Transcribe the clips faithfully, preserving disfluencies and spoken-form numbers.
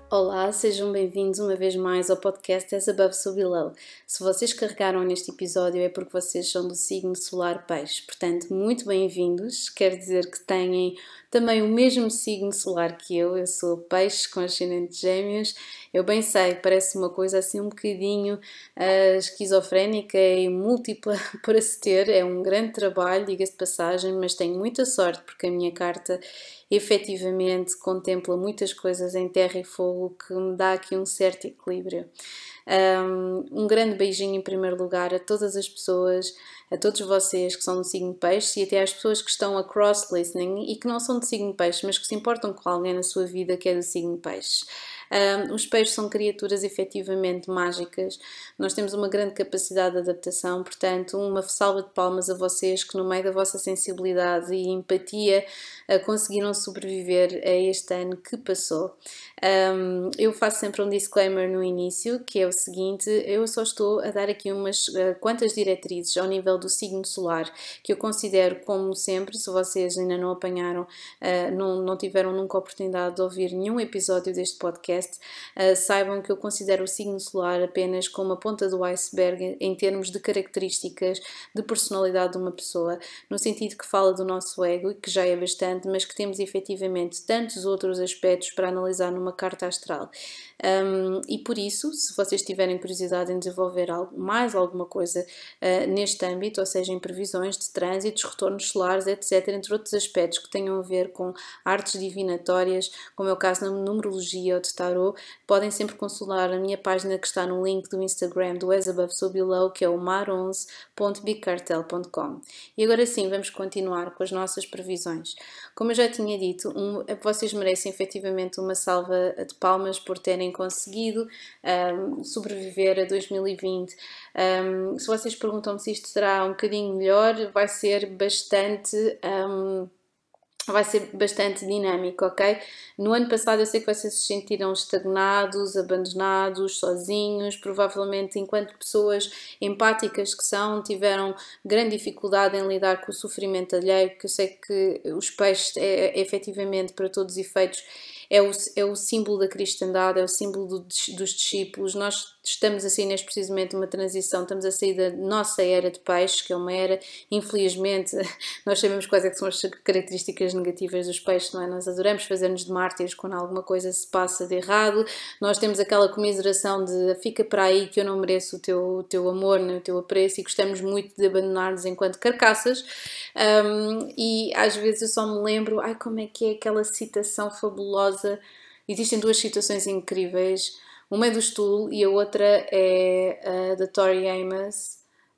Olá, sejam bem-vindos uma vez mais ao podcast As Above So Below. Se vocês carregaram neste episódio é porque vocês são do signo solar Peixe, portanto, muito bem-vindos. Quer dizer que têm também o mesmo signo solar que eu, eu sou Peixe com ascendente Gêmeos. Eu bem sei, parece uma coisa assim um bocadinho uh, esquizofrénica e múltipla para se ter, é um grande trabalho, diga-se de passagem, mas tenho muita sorte porque a minha carta efetivamente contempla muitas coisas em terra e fogo que me dá aqui um certo equilíbrio. Um, um grande beijinho em primeiro lugar a todas as pessoas, a todos vocês que são do signo Peixe e até às pessoas que estão a cross-listening e que não são do signo Peixe, mas que se importam com alguém na sua vida que é do signo Peixe. Um, os peixes são criaturas efetivamente mágicas, nós temos uma grande capacidade de adaptação, portanto uma salva de palmas a vocês que no meio da vossa sensibilidade e empatia uh, conseguiram sobreviver a este ano que passou. Um, eu faço sempre um disclaimer no início, que é o seguinte: eu só estou a dar aqui umas uh, quantas diretrizes ao nível do signo solar, que eu considero, como sempre, se vocês ainda não apanharam, uh, não, não tiveram nunca a oportunidade de ouvir nenhum episódio deste podcast, uh, saibam que eu considero o signo solar apenas como a ponta do iceberg em termos de características de personalidade de uma pessoa, no sentido que fala do nosso ego, que já é bastante, mas que temos efetivamente tantos outros aspectos para analisar numa carta astral. Um, e por isso, se vocês tiverem curiosidade em desenvolver algo, mais alguma coisa uh, neste âmbito, ou seja, em previsões de trânsitos, retornos solares, etcétera, entre outros aspectos que tenham a ver com artes divinatórias, como é o caso na numerologia ou de tarot, podem sempre consultar a minha página que está no link do Instagram do As Above So Below, que é o mar onze ponto bigcartel ponto com. E agora sim, vamos continuar com as nossas previsões. Como eu já tinha dito, um, vocês merecem efetivamente uma salva de palmas por terem conseguido um, sobreviver a dois mil e vinte. Um, se vocês perguntam-me se isto será um bocadinho melhor, vai ser bastante... Um, vai ser bastante dinâmico, ok? No ano passado eu sei que vocês se sentiram estagnados, abandonados, sozinhos, provavelmente enquanto pessoas empáticas que são, tiveram grande dificuldade em lidar com o sofrimento alheio, que eu sei que os peixes é, é efetivamente para todos os efeitos é o, é o símbolo da cristandade, é o símbolo do, dos discípulos. Nós estamos assim neste precisamente uma transição, estamos a sair da nossa era de peixes, que é uma era, infelizmente, nós sabemos quais é que são as características negativas dos peixes, não é? Nós adoramos fazer-nos de mártires quando alguma coisa se passa de errado, nós temos aquela comiseração de fica para aí que eu não mereço o teu, o teu amor, nem o teu apreço, e gostamos muito de abandonar-nos enquanto carcaças, um, e às vezes eu só me lembro, ai como é que é aquela citação fabulosa. Existem duas citações incríveis, uma é do Stool e a outra é uh, da Tori Amos,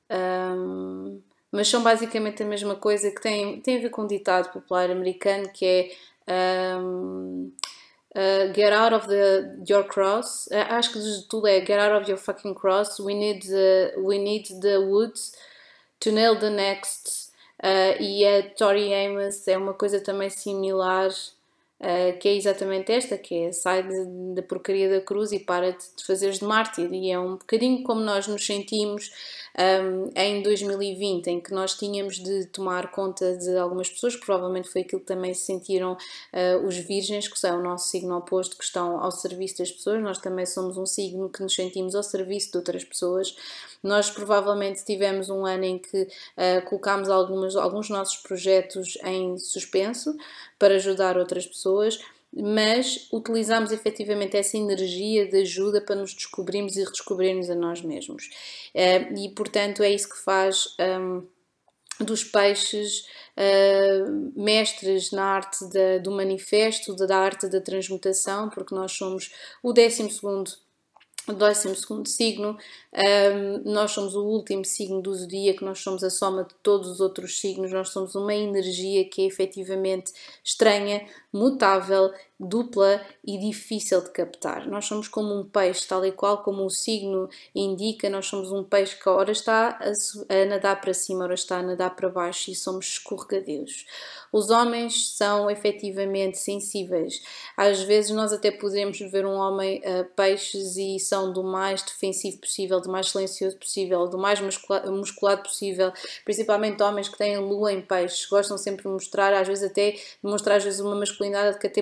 um, mas são basicamente a mesma coisa, que tem, tem a ver com um ditado popular americano que é um, uh, get out of the, your cross, uh, acho que do Stool é get out of your fucking cross, we need the, we need the woods to nail the next, uh, e a Tori Amos é uma coisa também similar. Uh, que é exatamente esta, que é sai da porcaria da cruz e para de fazeres de mártir, e é um bocadinho como nós nos sentimos um, em dois mil e vinte, em que nós tínhamos de tomar conta de algumas pessoas, que provavelmente foi aquilo que também se sentiram uh, os virgens, que são o nosso signo oposto, que estão ao serviço das pessoas. Nós também somos um signo que nos sentimos ao serviço de outras pessoas. Nós provavelmente tivemos um ano em que uh, colocámos algumas, alguns nossos projetos em suspenso para ajudar outras pessoas, mas utilizamos efetivamente essa energia de ajuda para nos descobrirmos e redescobrirmos a nós mesmos. Uh, e portanto é isso que faz um, dos peixes uh, mestres na arte da, do manifesto, da arte da transmutação, porque nós somos o décimo segundo o décimo segundo signo, um, nós somos o último signo do zodíaco, nós somos a soma de todos os outros signos, nós somos uma energia que é efetivamente estranha, mutável, dupla e difícil de captar. Nós somos como um peixe, tal e qual como o signo indica, nós somos um peixe que ora está a, a nadar para cima, ora está a nadar para baixo, e somos escorregadios. Os homens são efetivamente sensíveis. Às vezes nós até podemos ver um homem uh, peixes e são do mais defensivo possível, do mais silencioso possível, do mais muscula- musculado possível, principalmente homens que têm lua em peixes, gostam sempre de mostrar, às vezes até de mostrar às vezes uma masculinidade que até por vezes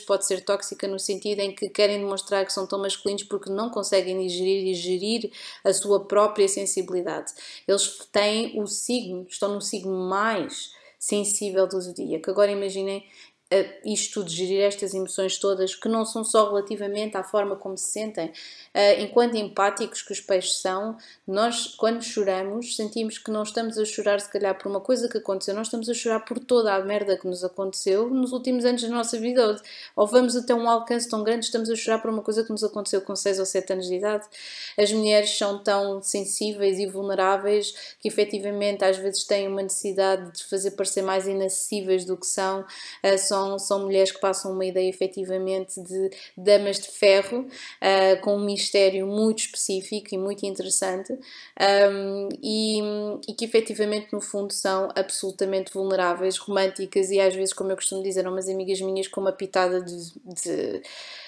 pode ser tóxica no sentido em que querem demonstrar que são tão masculinos porque não conseguem digerir e gerir a sua própria sensibilidade. Eles têm o signo, estão no signo mais sensível do zodíaco. Agora imaginem uh, isto tudo, gerir estas emoções todas, que não são só relativamente à forma como se sentem. Uh, enquanto empáticos que os peixes são, nós, quando choramos, sentimos que não estamos a chorar, se calhar, por uma coisa que aconteceu, nós estamos a chorar por toda a merda que nos aconteceu nos últimos anos da nossa vida, ou, ou vamos até um alcance tão grande, estamos a chorar por uma coisa que nos aconteceu com seis ou sete anos de idade. As mulheres são tão sensíveis e vulneráveis que, efetivamente, às vezes têm uma necessidade de fazer parecer mais inacessíveis do que são. Uh, são, são mulheres que passam uma ideia, efetivamente, de damas de ferro, uh, com um mistério muito específico e muito interessante, um, e, e que efetivamente no fundo são absolutamente vulneráveis, românticas e às vezes, como eu costumo dizer a umas amigas minhas, com uma pitada de, de,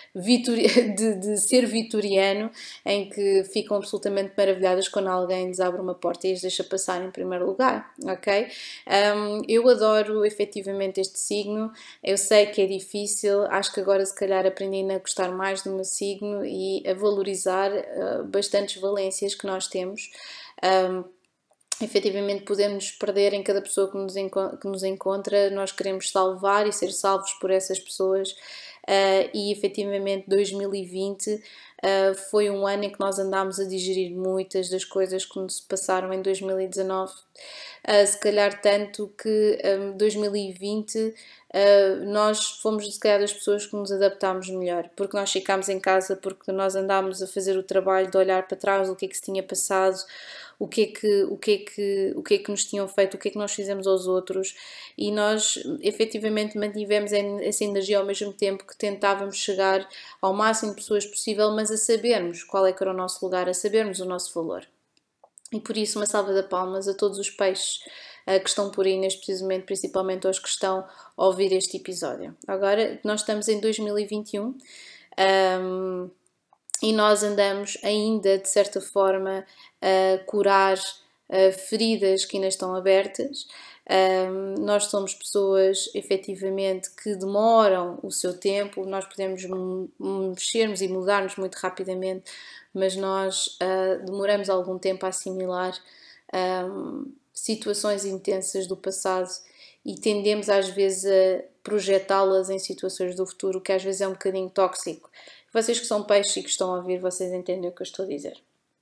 de, de ser vitoriano, em que ficam absolutamente maravilhadas quando alguém lhes abre uma porta e as deixa passar em primeiro lugar, ok? Um, eu adoro efetivamente este signo, eu sei que é difícil, acho que agora se calhar aprendi a gostar mais do meu signo e a valorizar uh, bastantes valências que nós temos. Um, efetivamente podemos perder em cada pessoa que nos, que nos encontra, nós queremos salvar e ser salvos por essas pessoas. Uh, e efetivamente dois mil e vinte uh, foi um ano em que nós andámos a digerir muitas das coisas que nos passaram em dois mil e dezanove, uh, se calhar tanto que um, dois mil e vinte uh, nós fomos se calhar das pessoas que nos adaptámos melhor, porque nós ficámos em casa, porque nós andámos a fazer o trabalho de olhar para trás o que é que se tinha passado, o que é que, o que é que, o que é que nos tinham feito, o que é que nós fizemos aos outros, e nós efetivamente mantivemos essa energia ao mesmo tempo que tentávamos chegar ao máximo de pessoas possível, mas a sabermos qual é que era o nosso lugar, a sabermos o nosso valor. E por isso uma salva de palmas a todos os peixes uh, que estão por aí neste preciso momento, principalmente aos que estão a ouvir este episódio. Agora, nós estamos em dois mil e vinte e um, um e nós andamos ainda, de certa forma, a curar uh, feridas que ainda estão abertas. Um, nós somos pessoas, efetivamente, que demoram o seu tempo, nós podemos mexermos e mudar-nos muito rapidamente, mas nós uh, demoramos algum tempo a assimilar um, situações intensas do passado e tendemos às vezes a projetá-las em situações do futuro, que às vezes é um bocadinho tóxico. Vocês que são peixes e que estão a ouvir, vocês entendem o que eu estou a dizer.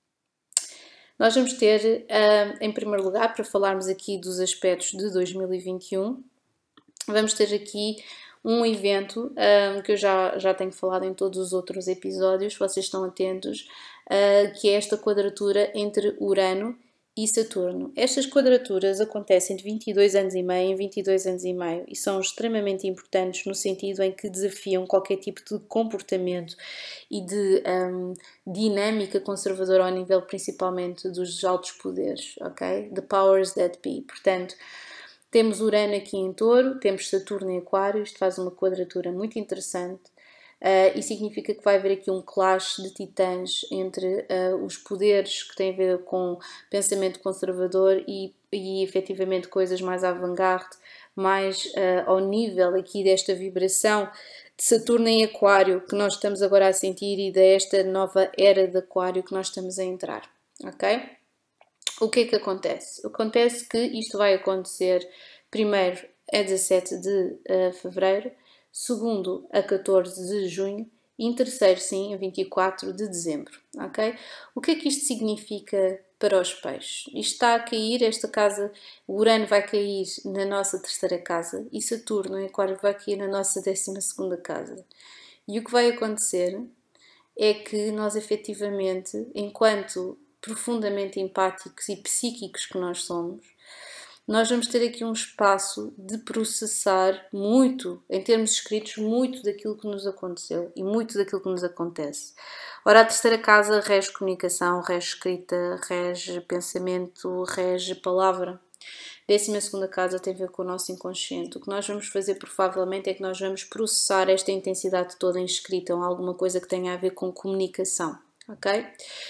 Nós vamos ter, em primeiro lugar, para falarmos aqui dos aspectos de dois mil e vinte e um, vamos ter aqui um evento que eu já, já tenho falado em todos os outros episódios, vocês estão atentos, que é esta quadratura entre Urano e Saturno. Estas quadraturas acontecem de vinte e dois anos e meio em vinte e dois anos e meio e são extremamente importantes no sentido em que desafiam qualquer tipo de comportamento e de um, dinâmica conservadora ao nível principalmente dos altos poderes, ok? The powers that be. Portanto, temos Urano aqui em Touro, temos Saturno em Aquário, isto faz uma quadratura muito interessante. Uh, e significa que vai haver aqui um clash de titãs entre uh, os poderes que têm a ver com pensamento conservador e, e efetivamente coisas mais avant-garde, mais uh, ao nível aqui desta vibração de Saturno em Aquário que nós estamos agora a sentir e desta nova era de Aquário que nós estamos a entrar, ok? O que é que acontece? Acontece que isto vai acontecer primeiro a dezassete de fevereiro, segundo a catorze de junho e em terceiro, sim, a vinte e quatro de dezembro, ok? O que é que isto significa para os peixes? Isto está a cair, esta casa, o Urano vai cair na nossa terceira casa e Saturno em Aquário vai cair na nossa décima segunda casa. E o que vai acontecer é que nós efetivamente, enquanto profundamente empáticos e psíquicos que nós somos, nós vamos ter aqui um espaço de processar muito, em termos escritos, muito daquilo que nos aconteceu e muito daquilo que nos acontece. Ora, a terceira casa rege comunicação, rege escrita, rege pensamento, rege palavra. A décima segunda casa tem a ver com o nosso inconsciente. O que nós vamos fazer provavelmente é que nós vamos processar esta intensidade toda em escrita ou alguma coisa que tenha a ver com comunicação, ok?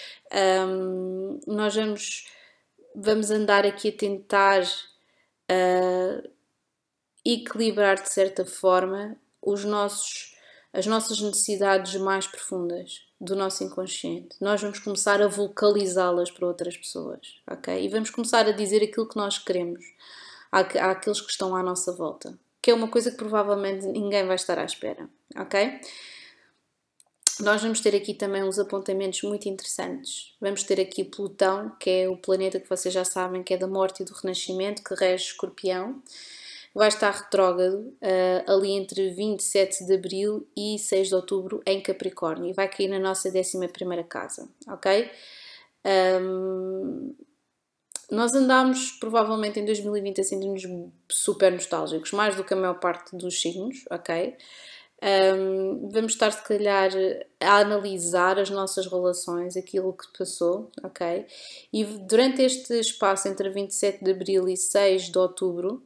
Um, nós vamos, vamos andar aqui a tentar uh, equilibrar de certa forma os nossos as nossas necessidades mais profundas do nosso inconsciente. Nós vamos começar a vocalizá-las para outras pessoas, ok? E vamos começar a dizer aquilo que nós queremos à, àqueles que estão à nossa volta, que é uma coisa que provavelmente ninguém vai estar à espera, ok? Nós vamos ter aqui também uns apontamentos muito interessantes. Vamos ter aqui Plutão, que é o planeta que vocês já sabem que é da morte e do renascimento, que rege Escorpião. Vai estar retrógrado uh, ali entre vinte e sete de abril e seis de outubro em Capricórnio e vai cair na nossa décima primeira casa, ok? Um, nós andámos provavelmente em dois mil e vinte a sentir-nos super nostálgicos, mais do que a maior parte dos signos, ok? Um, vamos estar se calhar a analisar as nossas relações, aquilo que passou, ok? E durante este espaço entre vinte e sete de abril e seis de outubro,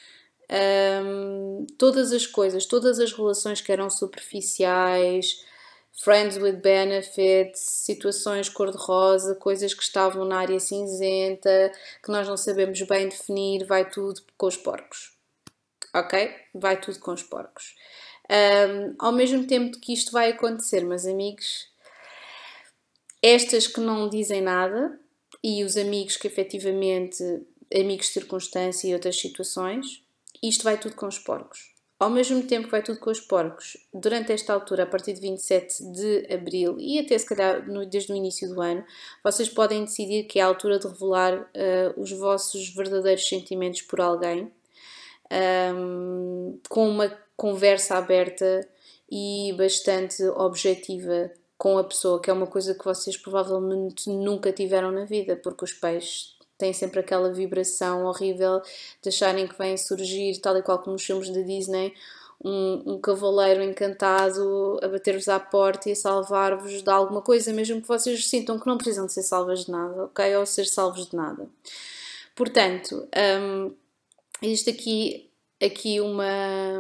Um, todas as coisas, todas as relações que eram superficiais, friends with benefits, situações cor-de-rosa, coisas que estavam na área cinzenta, que nós não sabemos bem definir, vai tudo com os porcos, ok? Vai tudo com os porcos. Um, ao mesmo tempo que isto vai acontecer, meus amigos, estas que não dizem nada e os amigos que efetivamente, amigos de circunstância e outras situações, isto vai tudo com os porcos. Ao mesmo tempo que vai tudo com os porcos, durante esta altura, a partir de vinte e sete de abril e até se calhar no, desde o início do ano, vocês podem decidir que é a altura de revelar uh, os vossos verdadeiros sentimentos por alguém, um, com uma conversa aberta e bastante objetiva com a pessoa, que é uma coisa que vocês provavelmente nunca tiveram na vida, porque os peixes têm sempre aquela vibração horrível de acharem que vem surgir, tal e qual como nos filmes da Disney, um, um cavaleiro encantado a bater-vos à porta e a salvar-vos de alguma coisa, mesmo que vocês sintam que não precisam de ser salvas de nada, ok? Ou ser salvos de nada. Portanto, um, existe aqui, aqui, uma,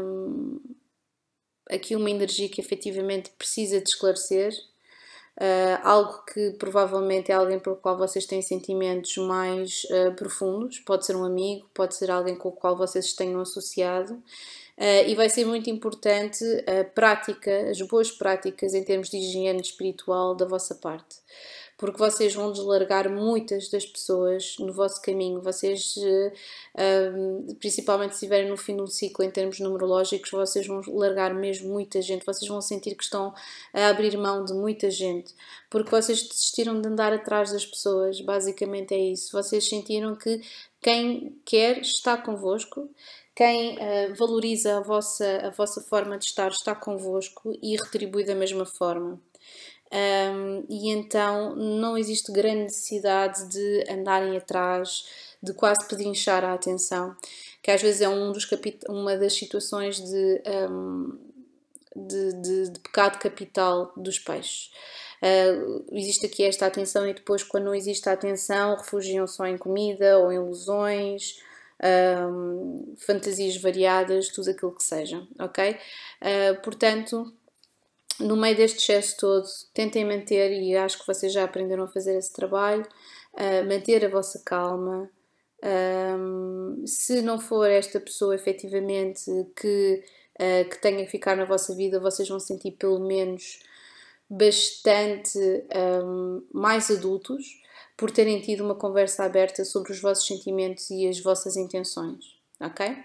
aqui uma energia que efetivamente precisa de esclarecer. Uh, algo que provavelmente é alguém pelo qual vocês têm sentimentos mais uh, profundos, pode ser um amigo, pode ser alguém com o qual vocês tenham associado, uh, e vai ser muito importante a prática, as boas práticas em termos de higiene espiritual da vossa parte, porque vocês vão deslargar muitas das pessoas no vosso caminho. Vocês, principalmente se estiverem no fim de um ciclo em termos numerológicos, vocês vão largar mesmo muita gente, vocês vão sentir que estão a abrir mão de muita gente, porque vocês desistiram de andar atrás das pessoas, basicamente é isso. Vocês sentiram que quem quer está convosco, quem uh, valoriza a vossa, a vossa forma de estar está convosco e retribui da mesma forma. Um, e então não existe grande necessidade de andarem atrás, de quase pedinchar a atenção, que às vezes é um dos capit- uma das situações de, um, de, de, de pecado capital dos peixes. Uh, existe aqui esta atenção e depois, quando não existe a atenção, refugiam só em comida ou em ilusões, um, fantasias variadas, tudo aquilo que seja, ok? Uh, portanto, no meio deste excesso todo, tentem manter, e acho que vocês já aprenderam a fazer esse trabalho, uh, manter a vossa calma. Um, se não for esta pessoa efetivamente que, uh, que tenha que ficar na vossa vida, vocês vão sentir pelo menos bastante um, mais adultos por terem tido uma conversa aberta sobre os vossos sentimentos e as vossas intenções, ok?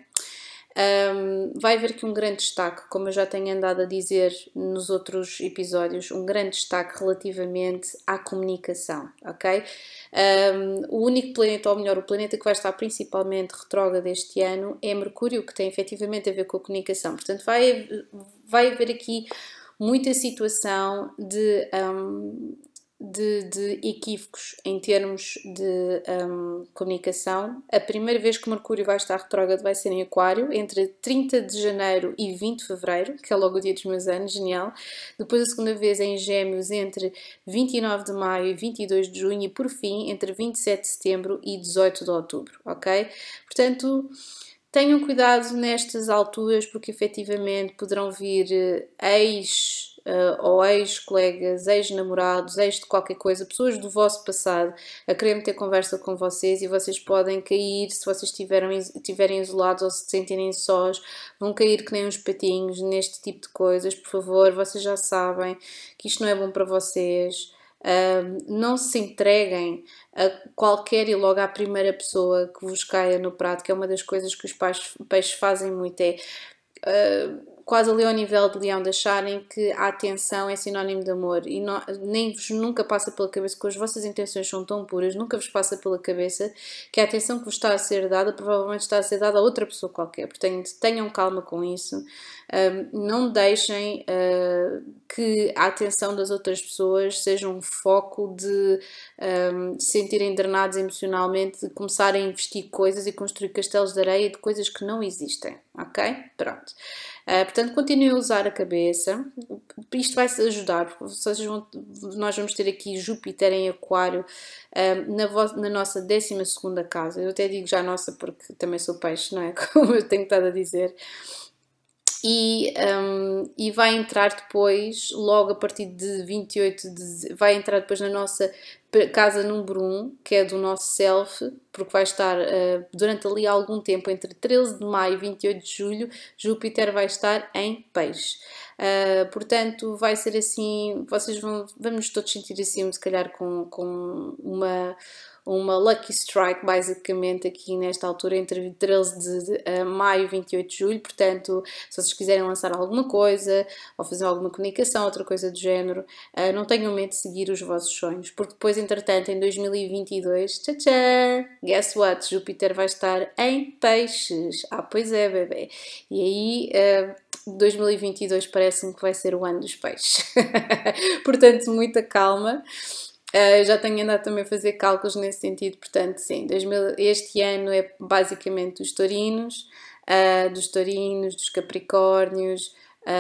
Um, vai haver aqui um grande destaque, como eu já tenho andado a dizer nos outros episódios, um grande destaque relativamente à comunicação, ok? Um, o único planeta, ou melhor, o planeta que vai estar principalmente retrógrado este ano é Mercúrio, que tem efetivamente a ver com a comunicação. Portanto, vai, vai haver aqui muita situação de... Um, De, de equívocos em termos de um, comunicação. A primeira vez que Mercúrio vai estar retrógrado vai ser em Aquário, entre trinta de janeiro e vinte de fevereiro, que é logo o dia dos meus anos, genial. Depois a segunda vez é em Gêmeos, entre vinte e nove de maio e vinte e dois de junho, e por fim, entre vinte e sete de setembro e dezoito de outubro, ok? Portanto, tenham cuidado nestas alturas, porque efetivamente poderão vir ex uh, ou ex-colegas, ex-namorados, ex de qualquer coisa, pessoas do vosso passado a querer ter conversa com vocês, e vocês podem cair, se vocês estiverem, estiverem isolados ou se sentirem sós, vão cair que nem uns patinhos neste tipo de coisas. Por favor, vocês já sabem que isto não é bom para vocês. Um, não se entreguem a qualquer e logo à primeira pessoa que vos caia no prato, que é uma das coisas que os pais, peixes fazem muito, é uh, quase ali ao nível de leão, de acharem que a atenção é sinónimo de amor, e não, nem vos nunca passa pela cabeça, que as vossas intenções são tão puras, nunca vos passa pela cabeça que a atenção que vos está a ser dada provavelmente está a ser dada a outra pessoa qualquer. Portanto, tenham calma com isso. Um, não deixem uh, que a atenção das outras pessoas seja um foco de um, se sentirem drenados emocionalmente, de começarem a investir coisas e construir castelos de areia de coisas que não existem, ok? Pronto. Uh, portanto, continuem a usar a cabeça. Isto vai-se ajudar. Vocês vão, nós vamos ter aqui Júpiter em Aquário um, na, vo- na nossa décima segunda casa. Eu até digo já nossa porque também sou peixe, não é? Como eu tenho estado a dizer. E, um, e vai entrar depois, logo a partir de vinte e oito de, vai entrar depois na nossa casa número um, que é do nosso self, porque vai estar uh, durante ali algum tempo, entre treze de maio e vinte e oito de julho, Júpiter vai estar em peixe. Uh, portanto, vai ser assim, vocês vão, vamos todos sentir assim, se calhar com, com uma... uma lucky strike, basicamente, aqui nesta altura, entre treze de maio e vinte e oito de julho. Portanto, se vocês quiserem lançar alguma coisa, ou fazer alguma comunicação, outra coisa do género, uh, não tenham medo de seguir os vossos sonhos, porque depois, entretanto, em dois mil e vinte e dois, tchá, guess what? Júpiter vai estar em peixes. Ah, pois é, bebê. E aí... Uh, dois mil e vinte e dois parece-me que vai ser o ano dos peixes. Portanto, muita calma. Uh, já tenho andado também a fazer cálculos nesse sentido, portanto, sim, dois mil, este ano é basicamente dos taurinos, uh, dos taurinos, dos capricórnios,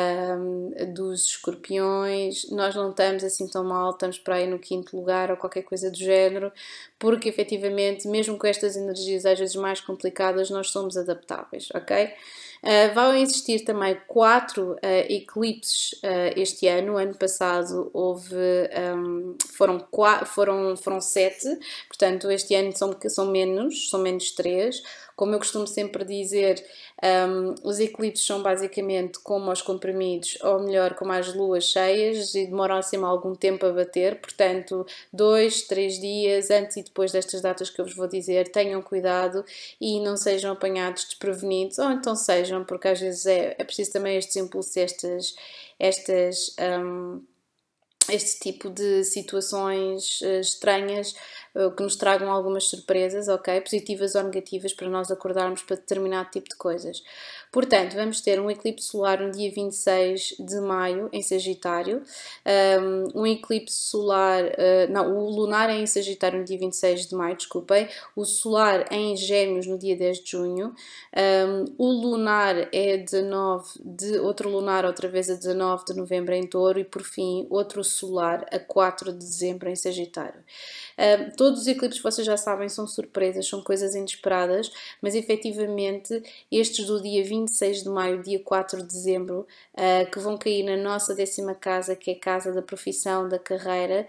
um, dos escorpiões. Nós não estamos assim tão mal, estamos para aí no quinto lugar ou qualquer coisa do género, porque efetivamente, mesmo com estas energias às vezes mais complicadas, nós somos adaptáveis, ok? Uh, vão existir também quatro uh, eclipses uh, este ano. Ano passado houve, um, foram, quatro, foram, foram sete, portanto este ano são, são menos, são menos três. Como eu costumo sempre dizer, um, os eclipses são basicamente como os comprimidos, ou melhor, como as luas cheias, e demoram sempre algum tempo a bater. Portanto, dois, três dias antes e depois destas datas que eu vos vou dizer, tenham cuidado e não sejam apanhados desprevenidos, ou então sejam, porque às vezes é, é preciso também estes impulsos, estas, estas, um, este tipo de situações uh, estranhas, uh, que nos tragam algumas surpresas, ok? Positivas ou negativas, para nós acordarmos para determinado tipo de coisas. Portanto, vamos ter um eclipse solar no dia vinte e seis de maio, em Sagitário, um, um eclipse solar, uh, não, o lunar é em Sagitário no dia vinte e seis de maio, desculpem, o solar é em Gêmeos no dia dez de junho, um, o lunar é dezanove de, outro lunar outra vez a dezanove de novembro em Touro, e por fim, outro solar a quatro de dezembro em Sagitário. Um, todos os eclipses, vocês já sabem, são surpresas, são coisas inesperadas, mas efetivamente estes do dia vinte e seis de maio, dia quatro de dezembro, uh, que vão cair na nossa décima casa, que é a casa da profissão, da carreira,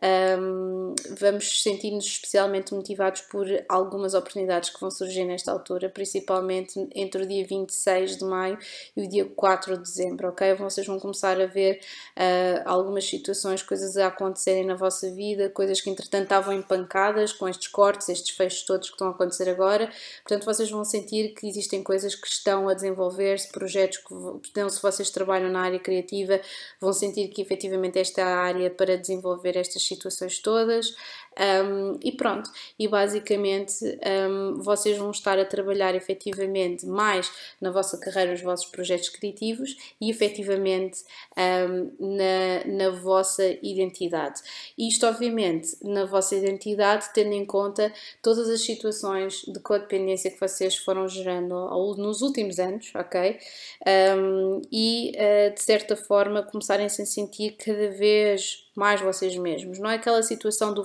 um, vamos sentir-nos especialmente motivados por algumas oportunidades que vão surgir nesta altura, principalmente entre o dia vinte e seis de maio e o dia quatro de dezembro, ok? Vocês vão começar a ver uh, algumas situações, coisas a acontecerem na vossa vida, coisas que entretanto estavam empancadas com estes cortes, estes fechos todos que estão a acontecer agora. Portanto, vocês vão sentir que existem coisas que estão a desenvolver-se, projetos que, então, se vocês trabalham na área criativa, vão sentir que efetivamente esta é a área para desenvolver estas situações todas. Um, e pronto, e basicamente um, vocês vão estar a trabalhar efetivamente mais na vossa carreira, os vossos projetos criativos e efetivamente um, na, na vossa identidade. Isto obviamente na vossa identidade, tendo em conta todas as situações de codependência que vocês foram gerando ao, nos últimos anos, ok? Um, e uh, de certa forma começarem-se a sentir cada vez mais vocês mesmos. Não é aquela situação do fake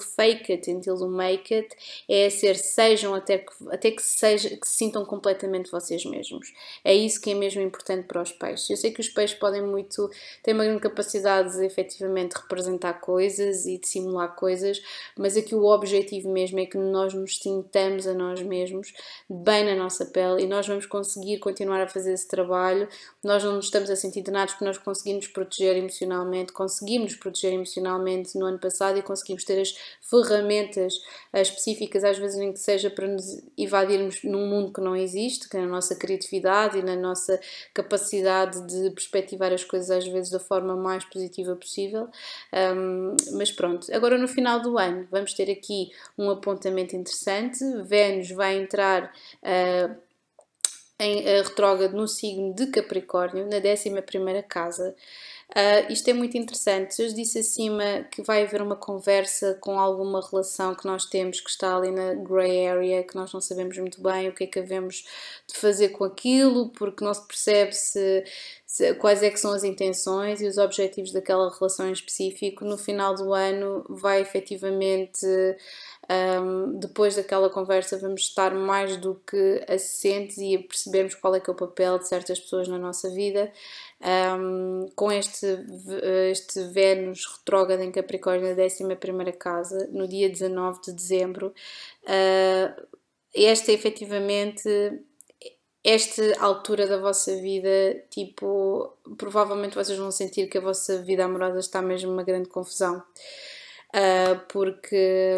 fake it until you make it, é ser sejam até que, até que, seja, que se sintam completamente vocês mesmos. É isso que é mesmo importante para os peixes. Eu sei que os peixes podem muito, têm uma grande capacidade de efetivamente representar coisas e de simular coisas, mas aqui o objetivo mesmo é que nós nos sintamos a nós mesmos, bem na nossa pele, e nós vamos conseguir continuar a fazer esse trabalho. Nós não nos estamos a sentir drenados porque nós conseguimos proteger emocionalmente, conseguimos proteger emocionalmente no ano passado e conseguimos ter as ferramentas específicas, às vezes nem que seja para nos evadirmos num mundo que não existe, que é na nossa criatividade e na nossa capacidade de perspectivar as coisas às vezes da forma mais positiva possível. Um, mas pronto, agora no final do ano vamos ter aqui um apontamento interessante. Vênus vai entrar uh, em uh, retrógrado no signo de Capricórnio, na décima primeira casa. Uh, isto é muito interessante. Eu disse acima que vai haver uma conversa com alguma relação que nós temos que está ali na grey area, que nós não sabemos muito bem o que é que havemos de fazer com aquilo, porque não se percebe se, se, quais é que são as intenções e os objetivos daquela relação em específico. No final do ano vai efetivamente... Um, depois daquela conversa vamos estar mais do que assentes e a percebermos qual é que é o papel de certas pessoas na nossa vida. Um, com este, este Vênus retrógrado em Capricórnio na décima primeira casa, no dia dezanove de dezembro, uh, esta efetivamente... esta altura da vossa vida, tipo, provavelmente vocês vão sentir que a vossa vida amorosa está mesmo uma grande confusão. Uh, porque,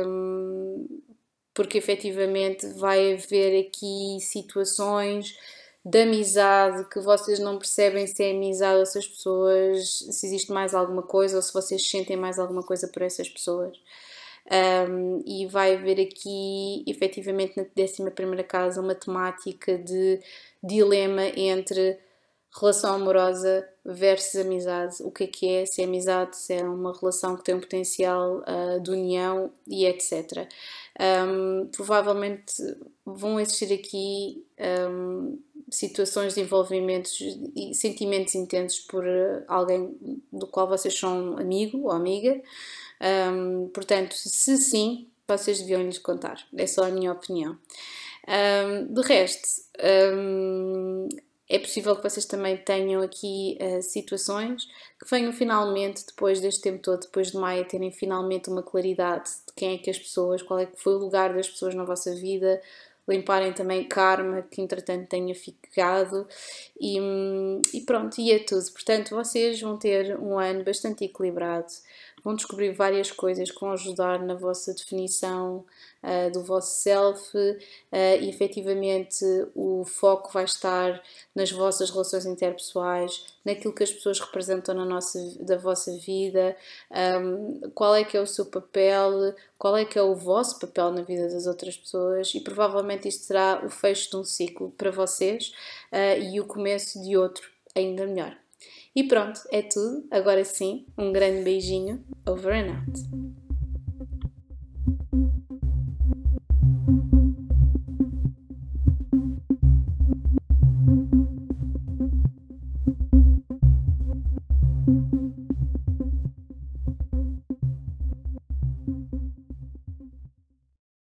porque efetivamente vai haver aqui situações de amizade que vocês não percebem se é amizade ou se as pessoas, se existe mais alguma coisa ou se vocês sentem mais alguma coisa por essas pessoas. Um, e vai haver aqui efetivamente na décima primeira casa uma temática de dilema entre relação amorosa versus amizade. O que é que é? Se é amizade, se é uma relação que tem um potencial uh, de união e etcétera. Um, provavelmente vão existir aqui um, situações de envolvimentos e sentimentos intensos por alguém do qual vocês são amigo ou amiga. Um, portanto, se sim, vocês deviam lhes contar. É só a minha opinião. Um, de resto... Um, é possível que vocês também tenham aqui uh, situações que venham finalmente, depois deste tempo todo, depois de maio, terem finalmente uma claridade de quem é que as pessoas, qual é que foi o lugar das pessoas na vossa vida, limparem também karma que entretanto tenha ficado e, e pronto, e é tudo. Portanto, vocês vão ter um ano bastante equilibrado, vão descobrir várias coisas que vão ajudar na vossa definição uh, do vosso self uh, e efetivamente o foco vai estar nas vossas relações interpessoais, naquilo que as pessoas representam na nossa, da vossa vida, um, qual é que é o seu papel, qual é que é o vosso papel na vida das outras pessoas e provavelmente isto será o fecho de um ciclo para vocês uh, e o começo de outro ainda melhor. E pronto, é tudo. Agora sim, um grande beijinho. Over and out.